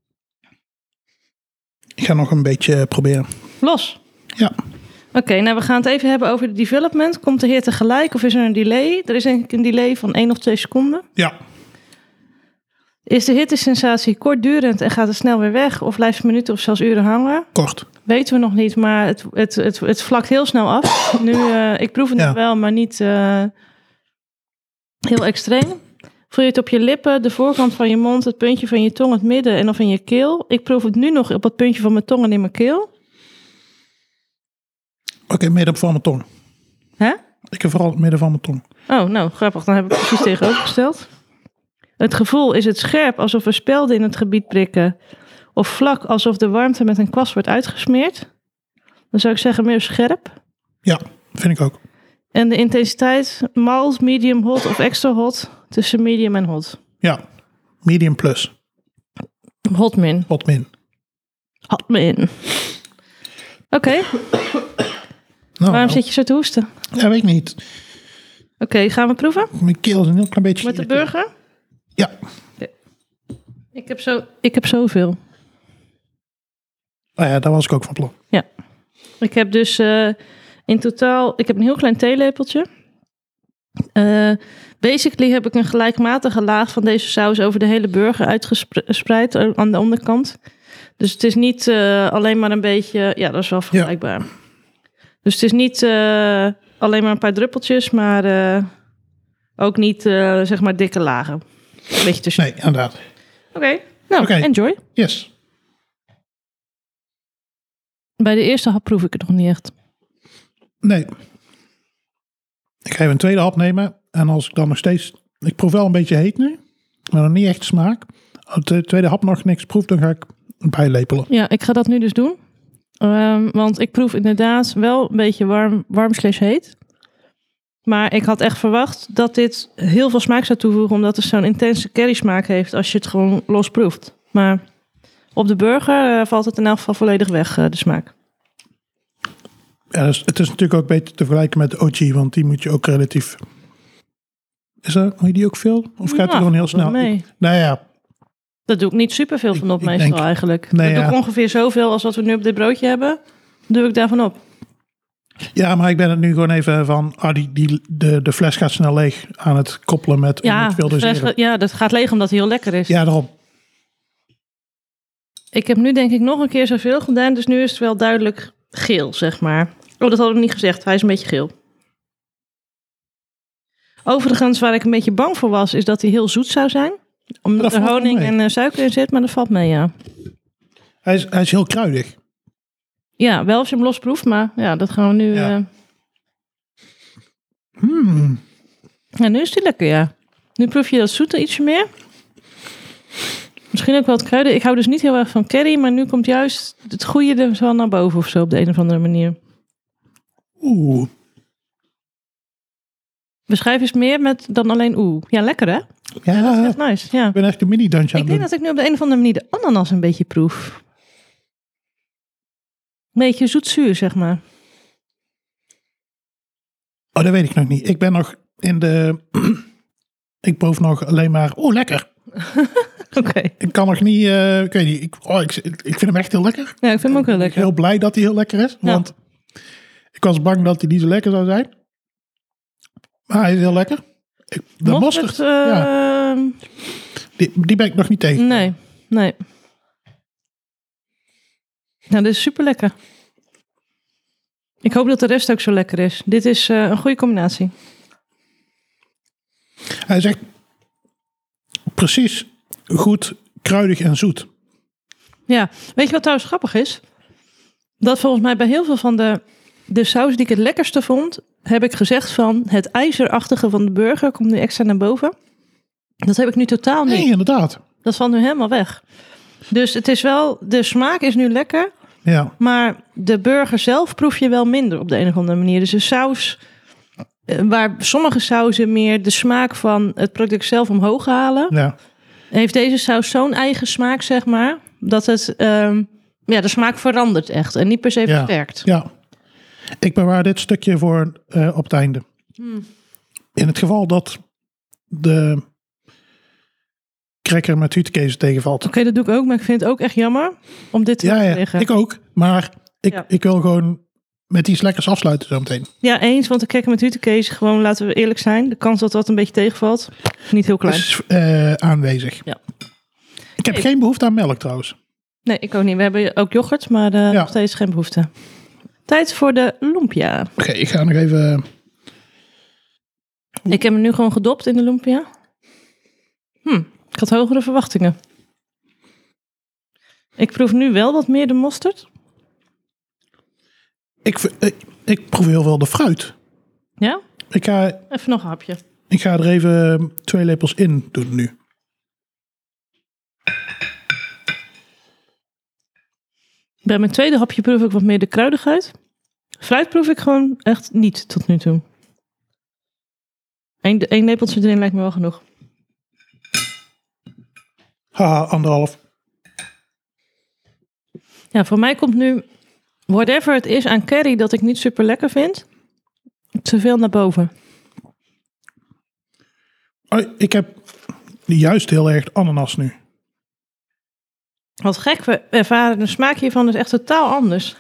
Ik ga nog een beetje proberen. Los? Ja. Oké, nou we gaan het even hebben over de development. Komt de heer tegelijk of is er een delay? Er is denk ik een delay van 1 of 2 seconden. Ja. Is de hittesensatie kortdurend en gaat het snel weer weg? Of blijft het minuten of zelfs uren hangen? Kort. Weten we nog niet, maar het vlakt heel snel af. Nu, ik proef het nog wel, maar niet heel extreem. Voel je het op je lippen, de voorkant van je mond, het puntje van je tong, het midden en of in je keel? Ik proef het nu nog op het puntje van mijn tong en in mijn keel. Oké, midden van mijn tong. Hè? Ik heb vooral het midden van mijn tong. Oh, nou, grappig. Dan heb ik het precies tegenovergesteld. Het gevoel, is het scherp alsof er spelden in het gebied prikken? Of vlak alsof de warmte met een kwast wordt uitgesmeerd? Dan zou ik zeggen meer scherp. Ja, vind ik ook. En de intensiteit, mild, medium hot of extra hot? Tussen medium en hot. Ja, medium plus. Hot min. Hot min. Hot min. Oké. Waarom zit je zo te hoesten? Ja, weet ik niet. Oké, gaan we proeven? Mijn keel is een heel klein beetje... Met de burger? Ja. Okay. Ik heb zoveel. Oh ja, daar was ik ook van plan. Ja. Ik heb dus in totaal... Ik heb een heel klein theelepeltje. Basically heb ik een gelijkmatige laag van deze saus over de hele burger uitgespreid aan de onderkant. Dus het is niet alleen maar een beetje... Ja, dat is wel vergelijkbaar. Ja. Dus het is niet alleen maar een paar druppeltjes, maar ook niet zeg maar dikke lagen. Een beetje tussen. Nee, inderdaad. Oké, nou, enjoy. Yes. Bij de eerste hap proef ik het nog niet echt. Nee. Ik ga even een tweede hap nemen. En als ik dan nog steeds... Ik proef wel een beetje heet nu. Maar nog niet echt smaak. Als de tweede hap nog niks proef, dan ga ik bijlepelen. Ja, ik ga dat nu dus doen. Want ik proef inderdaad wel een beetje warm/heet. Maar ik had echt verwacht dat dit heel veel smaak zou toevoegen, omdat het zo'n intense curry smaak heeft als je het gewoon los proeft. Maar op de burger valt het in elk geval volledig weg, de smaak. Ja, dus het is natuurlijk ook beter te vergelijken met de OG, want die moet je ook relatief... Moet je die ook veel? Of gaat het gewoon heel snel? Nee. Nou ja, Dat doe ik niet superveel van op meestal eigenlijk. Nee, dat doe ik ongeveer zoveel als wat we nu op dit broodje hebben. Doe ik daarvan op. Ja, maar ik ben het nu gewoon even van... de fles gaat snel leeg aan het koppelen met veel doseren. Ja, dat gaat leeg omdat hij heel lekker is. Ja, daarom. Ik heb nu denk ik nog een keer zoveel gedaan. Dus nu is het wel duidelijk geel, zeg maar. Oh, dat hadden we niet gezegd. Hij is een beetje geel. Overigens, waar ik een beetje bang voor was... is dat hij heel zoet zou zijn. Omdat er honing en suiker in zit. Maar dat valt mee, ja. Hij is heel kruidig. Ja, wel als je hem losproeft. Maar ja, dat gaan we nu... Ja. Ja, nu is hij lekker, ja. Nu proef je dat zoete ietsje meer. Misschien ook wel het kruiden. Ik hou dus niet heel erg van curry. Maar nu komt juist het goede er wel naar boven of zo. Op de een of andere manier. Oeh. Beschrijf eens meer met dan alleen oeh. Ja, lekker hè? Ja, dat is echt nice. Ja. Ik ben echt een mini-dansje aan het doen. Ik denk dat ik nu op de een of andere manier de ananas een beetje proef. Een beetje zoet-zuur, zeg maar. Oh, dat weet ik nog niet. Ik ben nog in de... ik proef nog alleen maar... Oh, lekker. Oké. Ik kan nog niet... ik weet niet. Ik vind hem echt heel lekker. Ja, ik vind hem ook heel lekker. Ik ben heel blij dat hij heel lekker is. Ja. Want ik was bang dat hij niet zo lekker zou zijn. Maar hij is heel lekker. De mosterd. Ja. Die ben ik nog niet tegen. Nee. Nou, dit is super lekker. Ik hoop dat de rest ook zo lekker is. Dit is een goede combinatie. Hij is echt precies goed, kruidig en zoet. Ja, weet je wat trouwens grappig is? Dat volgens mij bij heel veel van de saus die ik het lekkerste vond... heb ik gezegd van het ijzerachtige van de burger komt nu extra naar boven. Dat heb ik nu totaal niet. Nee, inderdaad. Dat valt nu helemaal weg. Dus het is wel, de smaak is nu lekker. Ja. Maar de burger zelf proef je wel minder op de een of andere manier. Dus de saus, waar sommige sauzen meer de smaak van het product zelf omhoog halen... Ja. Heeft deze saus zo'n eigen smaak, zeg maar... dat het, de smaak verandert echt en niet per se versterkt. Ja. Ik bewaar dit stukje voor op het einde. In het geval dat de cracker met hütekees tegenvalt. Oké, dat doe ik ook, maar ik vind het ook echt jammer om dit te leggen. Ja, ik ook. Maar ik wil gewoon met iets lekkers afsluiten zo meteen. Ja, eens, want de cracker met hütekees, gewoon laten we eerlijk zijn. De kans dat een beetje tegenvalt, niet heel klein. Is aanwezig. Ja. Ik heb geen behoefte aan melk trouwens. Nee, ik ook niet. We hebben ook yoghurt, maar nog steeds geen behoefte. Tijd voor de lumpia. Oké, ik ga nog even... Ik heb hem nu gewoon gedopt in de lumpia. Ik had hogere verwachtingen. Ik proef nu wel wat meer de mosterd. Ik proef heel veel de fruit. Ja? Even nog een hapje. Ik ga er even 2 lepels in doen nu. Bij mijn tweede hapje proef ik wat meer de kruidigheid. Fruit proef ik gewoon echt niet tot nu toe. 1 lepeltje erin lijkt me wel genoeg. Haha, 1,5. Ja, voor mij komt nu... whatever het is aan curry dat ik niet super lekker vind... te veel naar boven. Ik heb juist heel erg ananas nu. Wat gek, we ervaren de smaak hiervan is echt totaal anders.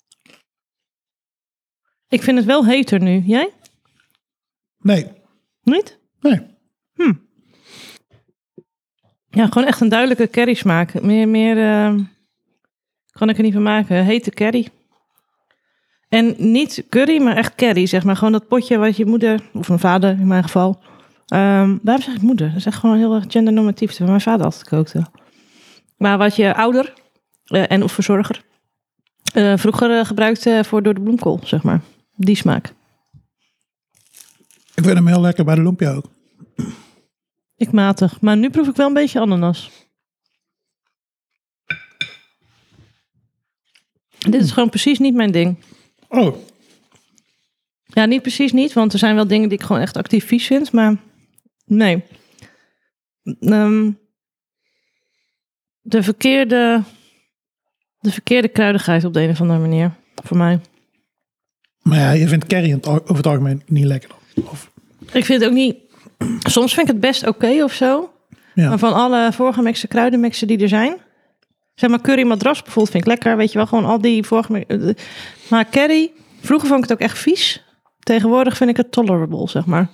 Ik vind het wel heter nu. Jij? Nee. Niet? Nee. Ja, gewoon echt een duidelijke curry smaak. Meer kan ik er niet van maken. Hete curry. En niet curry, maar echt curry, zeg maar. Gewoon dat potje wat je moeder, of mijn vader in mijn geval. Waarom zeg ik moeder? Dat is echt gewoon heel erg gendernormatief. Terwijl mijn vader altijd kookte. Maar wat je ouder en of verzorger vroeger gebruikte voor door de bloemkool, zeg maar. Die smaak. Ik vind hem heel lekker bij de lumpia ook. Ik matig. Maar nu proef ik wel een beetje ananas. Dit is gewoon precies niet mijn ding. Oh. Ja, niet precies niet. Want er zijn wel dingen die ik gewoon echt actief vies vind. Maar nee. De verkeerde kruidigheid op de een of andere manier. Voor mij. Maar ja, je vindt curry over het algemeen niet lekker. Of... Ik vind het ook niet... Soms vind ik het best oké of zo. Ja. Maar van alle voorgemixte kruidenmixen die er zijn. Zeg maar curry madras bijvoorbeeld vind ik lekker. Weet je wel, gewoon al die voorgemixte. Maar curry, vroeger vond ik het ook echt vies. Tegenwoordig vind ik het tolerable, zeg maar.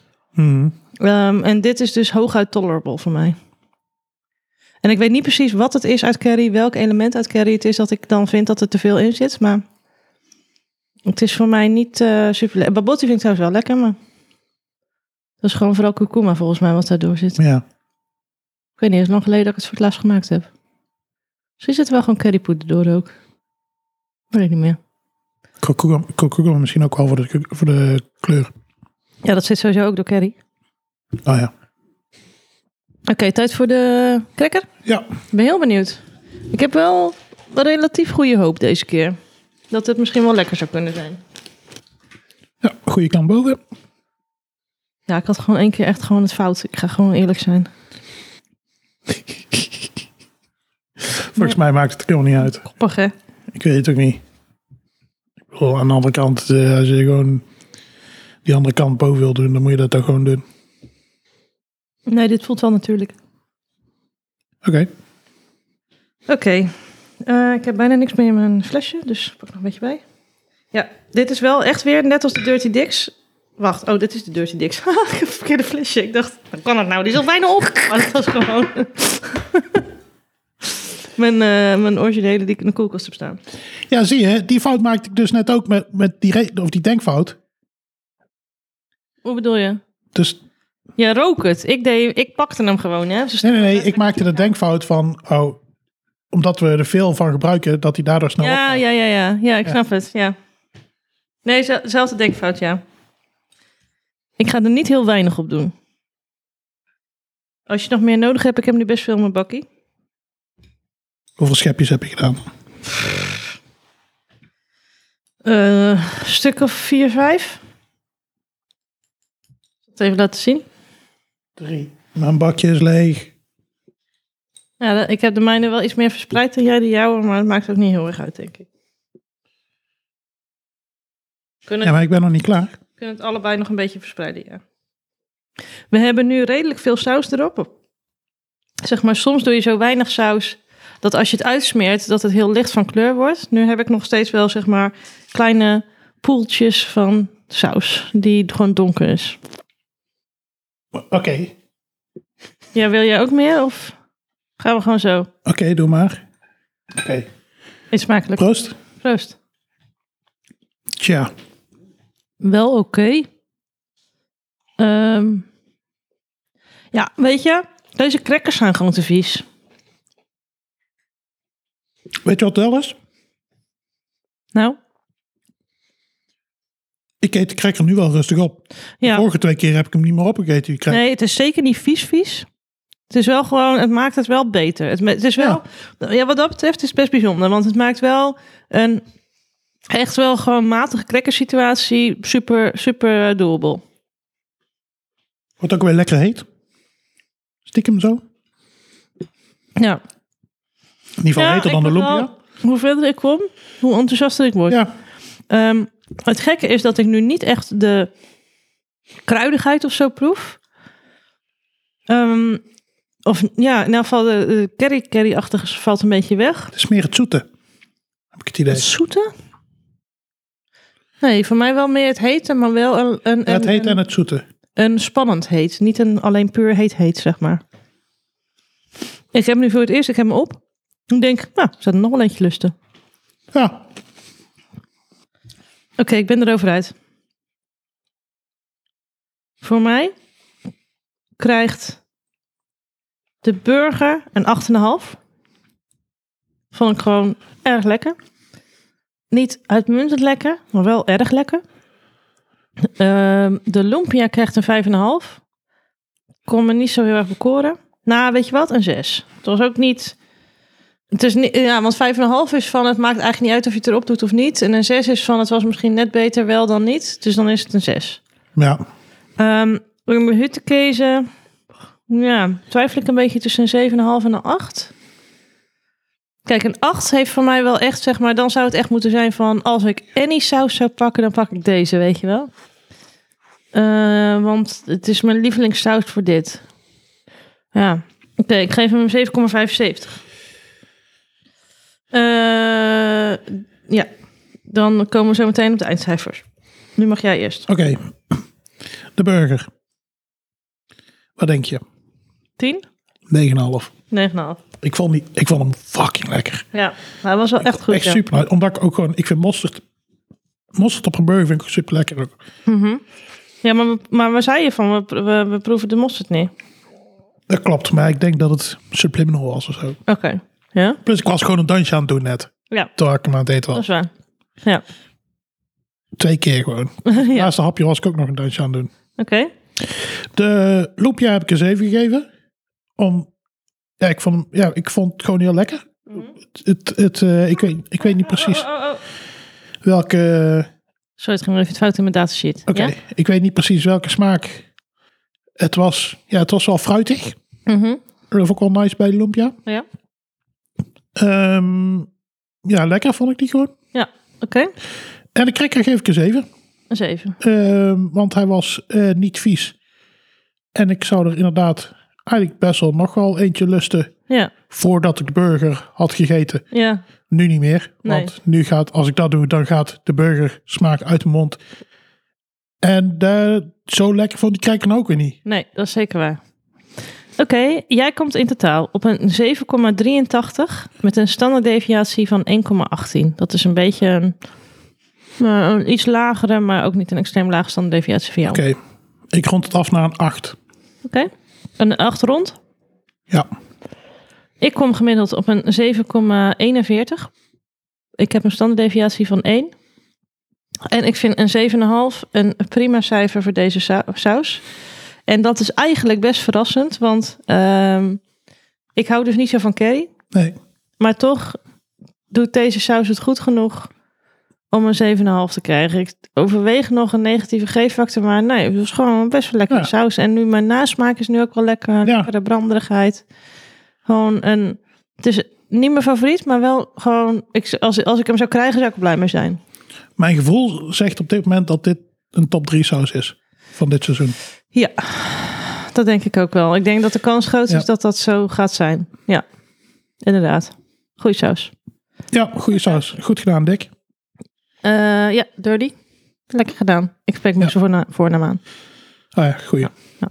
En dit is dus hooguit tolerable voor mij. En ik weet niet precies wat het is uit curry, welk element uit curry het is dat ik dan vind dat er te veel in zit. Maar het is voor mij niet super lekker. Babotti vind ik trouwens wel lekker, maar dat is gewoon vooral kurkuma volgens mij wat daardoor zit. Ja. Ik weet niet, het is lang geleden dat ik het voor het laatst gemaakt heb. Misschien zit er wel gewoon currypoeder door ook. Weet ik niet meer. Kurkuma misschien ook wel voor de kleur. Ja, dat zit sowieso ook door curry. Oh ja. Oké, tijd voor de cracker? Ja. Ik ben heel benieuwd. Ik heb wel een relatief goede hoop deze keer. Dat het misschien wel lekker zou kunnen zijn. Ja, goede kant boven. Ja, ik had gewoon 1 keer echt gewoon het fout. Ik ga gewoon eerlijk zijn. Volgens mij maakt het helemaal niet uit. Koppig, hè? Ik weet het ook niet. Ik bedoel, aan de andere kant, als je gewoon die andere kant boven wil doen, dan moet je dat ook gewoon doen. Nee, dit voelt wel natuurlijk. Oké. Ik heb bijna niks meer in mijn flesje, dus pak nog een beetje bij. Ja, dit is wel echt weer net als de Dirty Dicks. Wacht, dit is de Dirty Dicks. Ik heb een verkeerde flesje. Ik dacht, dan kan het nou? Die is al bijna op. Maar dat was gewoon mijn originele die ik in de koelkast heb staan. Ja, zie je, die fout maakte ik dus net ook met die denkfout. Hoe bedoel je? Dus... Ja, rook het. Ik pakte hem gewoon, hè? Nee, ik maakte de denkfout van, omdat we er veel van gebruiken, dat hij daardoor snel opgaat. Ja, ik snap het, ja. Nee, zelfde denkfout, ja. Ik ga er niet heel weinig op doen. Als je nog meer nodig hebt, ik heb nu best veel in mijn bakkie. Hoeveel schepjes heb je gedaan? Een stuk of 4, 5. Ik zal het even laten zien. 3. Mijn bakje is leeg. Ja, ik heb de mijne wel iets meer verspreid dan jij de jouwe, maar het maakt ook niet heel erg uit, denk ik. Ja, maar ik ben nog niet klaar. We kunnen het allebei nog een beetje verspreiden, ja. We hebben nu redelijk veel saus erop. Zeg maar, soms doe je zo weinig saus dat als je het uitsmeert, dat het heel licht van kleur wordt. Nu heb ik nog steeds wel, zeg maar, kleine poeltjes van saus die gewoon donker is. Oké. Ja, wil jij ook meer of gaan we gewoon zo? Oké, doe maar. Oké. Is smakelijk. Proost. Proost. Tja. Wel oké. Ja, weet je, deze crackers zijn gewoon te vies. Weet je wat het wel is? Nou? Ik eet de cracker nu wel rustig op. Ja. De vorige 2 keer heb ik hem niet meer opgegeten. Nee, het is zeker niet vies. Het is wel gewoon, het maakt het wel beter. Het is wel, ja, wat dat betreft is het best bijzonder. Want het maakt wel echt wel gewoon matige crackersituatie super, super doable. Wordt ook weer lekker heet. Stiekem zo. Ja. In ieder geval heter dan de lumpia. Hoe verder ik kom, hoe enthousiaster ik word. Ja. Het gekke is dat ik nu niet echt de kruidigheid of zo proef. Of ja, in ieder geval de curry-achtige valt een beetje weg. Het is meer het zoete, heb ik het idee. Het zoete? Nee, voor mij wel meer het hete, maar wel het hete en het zoete. Een spannend heet. Niet een alleen puur heet, zeg maar. Ik heb nu voor het eerst, ik heb hem op. Ik denk, nou, zou er nog wel eentje lusten. Ja. Oké, ik ben erover uit. Voor mij krijgt de burger een 8,5. Vond ik gewoon erg lekker. Niet uitmuntend lekker, maar wel erg lekker. De lumpia krijgt een 5,5. Kon me niet zo heel erg bekoren. Nou, weet je wat? Een 6. Het was ook niet... Het is niet, ja, want 5,5 is van het maakt eigenlijk niet uit of je het erop doet of niet. En een 6 is van het was misschien net beter wel dan niet. Dus dan is het een 6. Ja. Mijn huttenkezen, ja, twijfel ik een beetje tussen een 7,5 en een 8. Kijk, een 8 heeft voor mij wel echt, zeg maar, dan zou het echt moeten zijn van als ik any saus zou pakken, dan pak ik deze, weet je wel. Want het is mijn lievelingssaus voor dit. Ja, oké, ik geef hem 7,75. Ja, dan komen we zo meteen op de eindcijfers. Nu mag jij eerst. Oké. De burger. Wat denk je? 10? 9,5. 9,5. Ik vond hem fucking lekker. Ja, hij was wel echt goed. Echt super. Omdat ik ook gewoon, ik vind mosterd op een burger vind ik super lekker ook. Mm-hmm. Ja, maar waar zei je van? We proeven de mosterd niet. Dat klopt, maar ik denk dat het subliminal was of zo. Oké. Ja? Plus ik was gewoon een dansje aan het doen net. Ja. Toen ik hem aan het eten was. Dat is waar. Ja. 2 keer gewoon. Ja. Laatste hapje was ik ook nog een dansje aan het doen. Oké. De loopja heb ik een 7 gegeven. Ik vond het gewoon heel lekker. Mm-hmm. Ik weet niet precies welke... Sorry, het ging even fout in mijn datasheet. Oké, ja? Ik weet niet precies welke smaak. Het was wel fruitig. Mm-hmm. Dat vond ik wel nice bij de lumpia. Ja. Ja, lekker vond ik die gewoon. Ja, oké. En de cracker geef ik een 7. Een 7. Want hij was niet vies. En ik zou er inderdaad eigenlijk best wel nog wel eentje lusten. Ja. Voordat ik de burger had gegeten. Ja. Nu niet meer. Want nu als ik dat doe, dan gaat de burger smaak uit de mond. En zo lekker vond die cracker ook weer niet. Nee, dat is zeker waar. Oké, jij komt in totaal op een 7,83 met een standaarddeviatie van 1,18. Dat is een beetje een iets lagere, maar ook niet een extreem lage standaarddeviatie voor jou. Oké, ik rond het af naar een 8. Oké, een 8 rond? Ja. Ik kom gemiddeld op een 7,41. Ik heb een standaarddeviatie van 1. En ik vind een 7,5 een prima cijfer voor deze saus. En dat is eigenlijk best verrassend, want ik hou dus niet zo van curry. Nee. Maar toch doet deze saus het goed genoeg om een 7,5 te krijgen. Ik overweeg nog een negatieve G-factor, maar nee, het is gewoon best wel lekkere saus. En nu mijn nasmaak is nu ook wel lekker, lekkere branderigheid. Gewoon het is niet mijn favoriet, maar wel gewoon, als ik hem zou krijgen, zou ik er blij mee zijn. Mijn gevoel zegt op dit moment dat dit een top 3 saus is van dit seizoen. Ja, dat denk ik ook wel. Ik denk dat de kans groot is dat dat zo gaat zijn. Ja, inderdaad. Goeie saus. Ja, goede saus. Goed gedaan, Dick. Ja, Dirty. Lekker gedaan. Ik spreek me zo voornaam aan. Ah ja, goeie. Ja.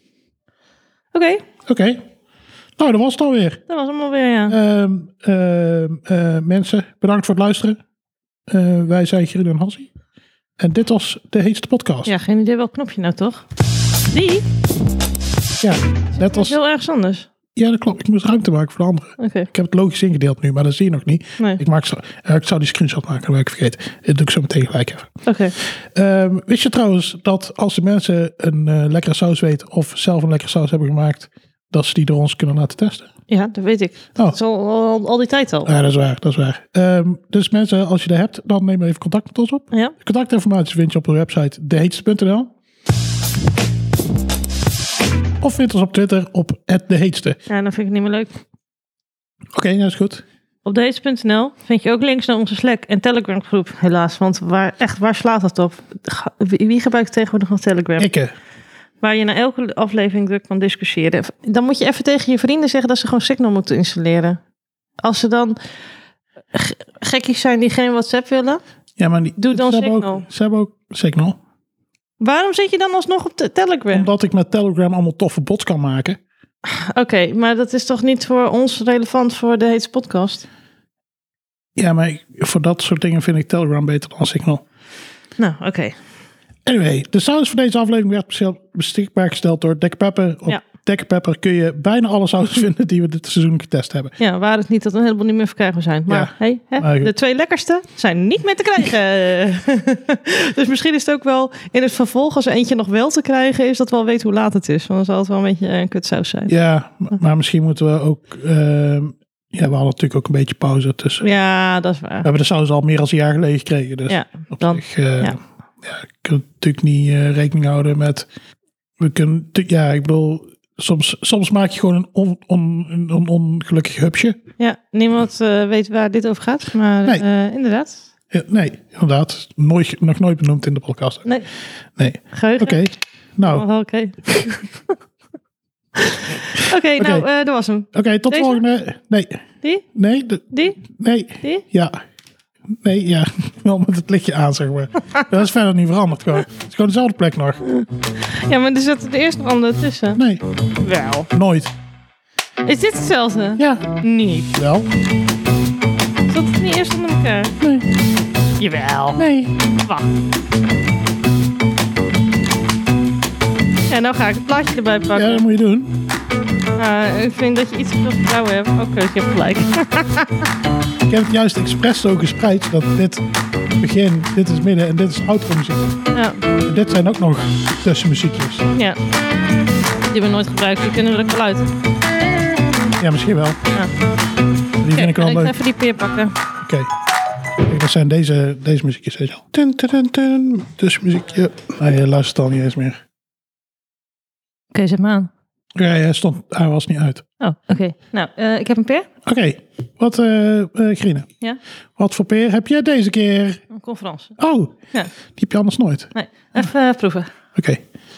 Oké. Nou, dat was het alweer. Dat was hem alweer, ja. Mensen, bedankt voor het luisteren. Wij zijn Gerrie en Hassie. En dit was de heetste podcast. Ja, geen idee welk knopje nou toch? Die? Ja, net als... Heel erg anders. Ja, dat klopt. Ik moest ruimte maken voor de anderen. Okay. Ik heb het logisch ingedeeld nu, maar dat zie je nog niet. Nee. Ik zou die screenshot maken, dat heb ik vergeten. Dat doe ik zo meteen gelijk even. Oké. Wist je trouwens dat als de mensen een lekkere saus weten of zelf een lekkere saus hebben gemaakt, dat ze die door ons kunnen laten testen? Ja, dat weet ik. Oh. Dat is al die tijd al. Ja, dat is waar. Dus mensen, als je dat hebt, dan neem even contact met ons op. Ja. De contactinformatie vind je op de website deheetste.nl. Of vind ons op Twitter op @deheetste. Ja, dan vind ik het niet meer leuk. Oké, dat is goed. Op deheetste.nl vind je ook links naar onze Slack en Telegram groep, helaas. Want waar slaat dat op? Wie gebruikt tegenwoordig nog Telegram? Ik. Waar je na elke aflevering druk kan discussiëren. Dan moet je even tegen je vrienden zeggen dat ze gewoon Signal moeten installeren. Als ze dan gekkies zijn die geen WhatsApp willen, ja, maar doe dan Signal. Ze hebben ook Signal. Waarom zit je dan alsnog op Telegram? Omdat ik met Telegram allemaal toffe bots kan maken. Oké, maar dat is toch niet voor ons relevant voor de heetste podcast? Ja, maar voor dat soort dingen vind ik Telegram beter dan Signal. Nou, oké. Anyway, de saus voor deze aflevering werd beschikbaar gesteld door Dek Pepper. Op Dek Pepper kun je bijna alle sausen vinden die we dit seizoen getest hebben. Ja, waar het niet dat een heleboel niet meer verkrijgbaar zijn. Maar, de 2 lekkerste zijn niet meer te krijgen. Dus misschien is het ook wel in het vervolg, als er eentje nog wel te krijgen is, dat we al weten hoe laat het is. Want dan zal het wel een beetje een kutsaus zijn. Ja, maar misschien moeten we ook... we hadden natuurlijk ook een beetje pauze tussen. Ja, dat is waar. We hebben de saus al meer dan een jaar geleden gekregen. Dus op zich... ik kan natuurlijk niet rekening houden met... ik bedoel... Soms maak je gewoon een ongelukkig hupsje. Ja, niemand weet waar dit over gaat. Maar nee. Inderdaad. Ja, nee, inderdaad. Nog nooit benoemd in de podcast. Nee. Geheugen. Oké. Nou. Oké. Oké, nou, dat was hem. Oké, tot volgende. Nee. Die? Nee. Die? Nee. Die? Ja. Nee, ja. Wel met het lichtje aan, zeg maar. Dat is verder niet veranderd gewoon. Het is gewoon dezelfde plek nog. Ja, maar er zit de eerste ander tussen. Nee. Wel. Nooit. Is dit hetzelfde? Ja. Niet. Wel. Zat het niet eerst onder elkaar? Nee. Jawel. Nee. Wacht. Ja, nou ga ik het plaatje erbij pakken. Ja, dat moet je doen. Ik vind dat je iets te veel vertrouwen hebt. Oké, je hebt gelijk. Ik heb het juist expres zo gespreid, zodat dit begin, dit is midden en dit is outro muziek. Ja. En dit zijn ook nog tussenmuziekjes. Ja. Die hebben we nooit gebruikt, die kunnen er ook wel uit. Ja, misschien wel. Ja. Die vind ik wel leuk. Ik leuk. ga even die peer pakken. Oké. Kijk, dat zijn deze muziekjes. Weet je al. Tun, tun, tun, tun. Tussenmuziekje. Nee, je luistert al niet eens meer. Oké, zet me aan. Ja, hij was niet uit. Oh, oké. Nou, ik heb een peer. Oké. Wat, Grine? Ja? Wat voor peer heb je deze keer? Een conferentie. Oh, Ja. die heb je anders nooit. Nee, even proeven. Oké.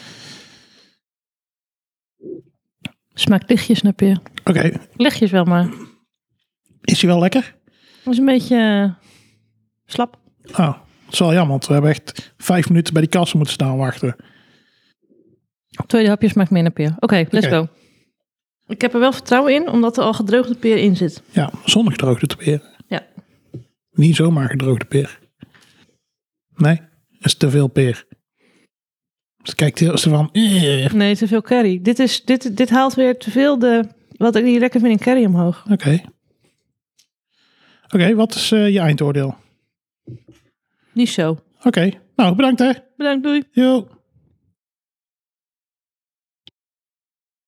Smaakt lichtjes naar peer. Oké. Lichtjes wel, maar Is hij wel lekker? het is een beetje slap. Oh, dat is wel jammer, want we hebben echt 5 minuten bij die kassen moeten staan wachten. Het tweede hapje smaakt meer naar peer. Oké, let's go. Ik heb er wel vertrouwen in, omdat er al gedroogde peer in zit. Ja, zonder gedroogde peer. Ja. Niet zomaar gedroogde peer. Nee, dat is te veel peer. Dus kijkt heel van... Nee, te veel curry. Dit haalt weer te veel wat ik niet lekker vind in curry omhoog. Oké, wat is je eindoordeel? Niet zo. Oké, nou bedankt hè. Bedankt, doei. Jo.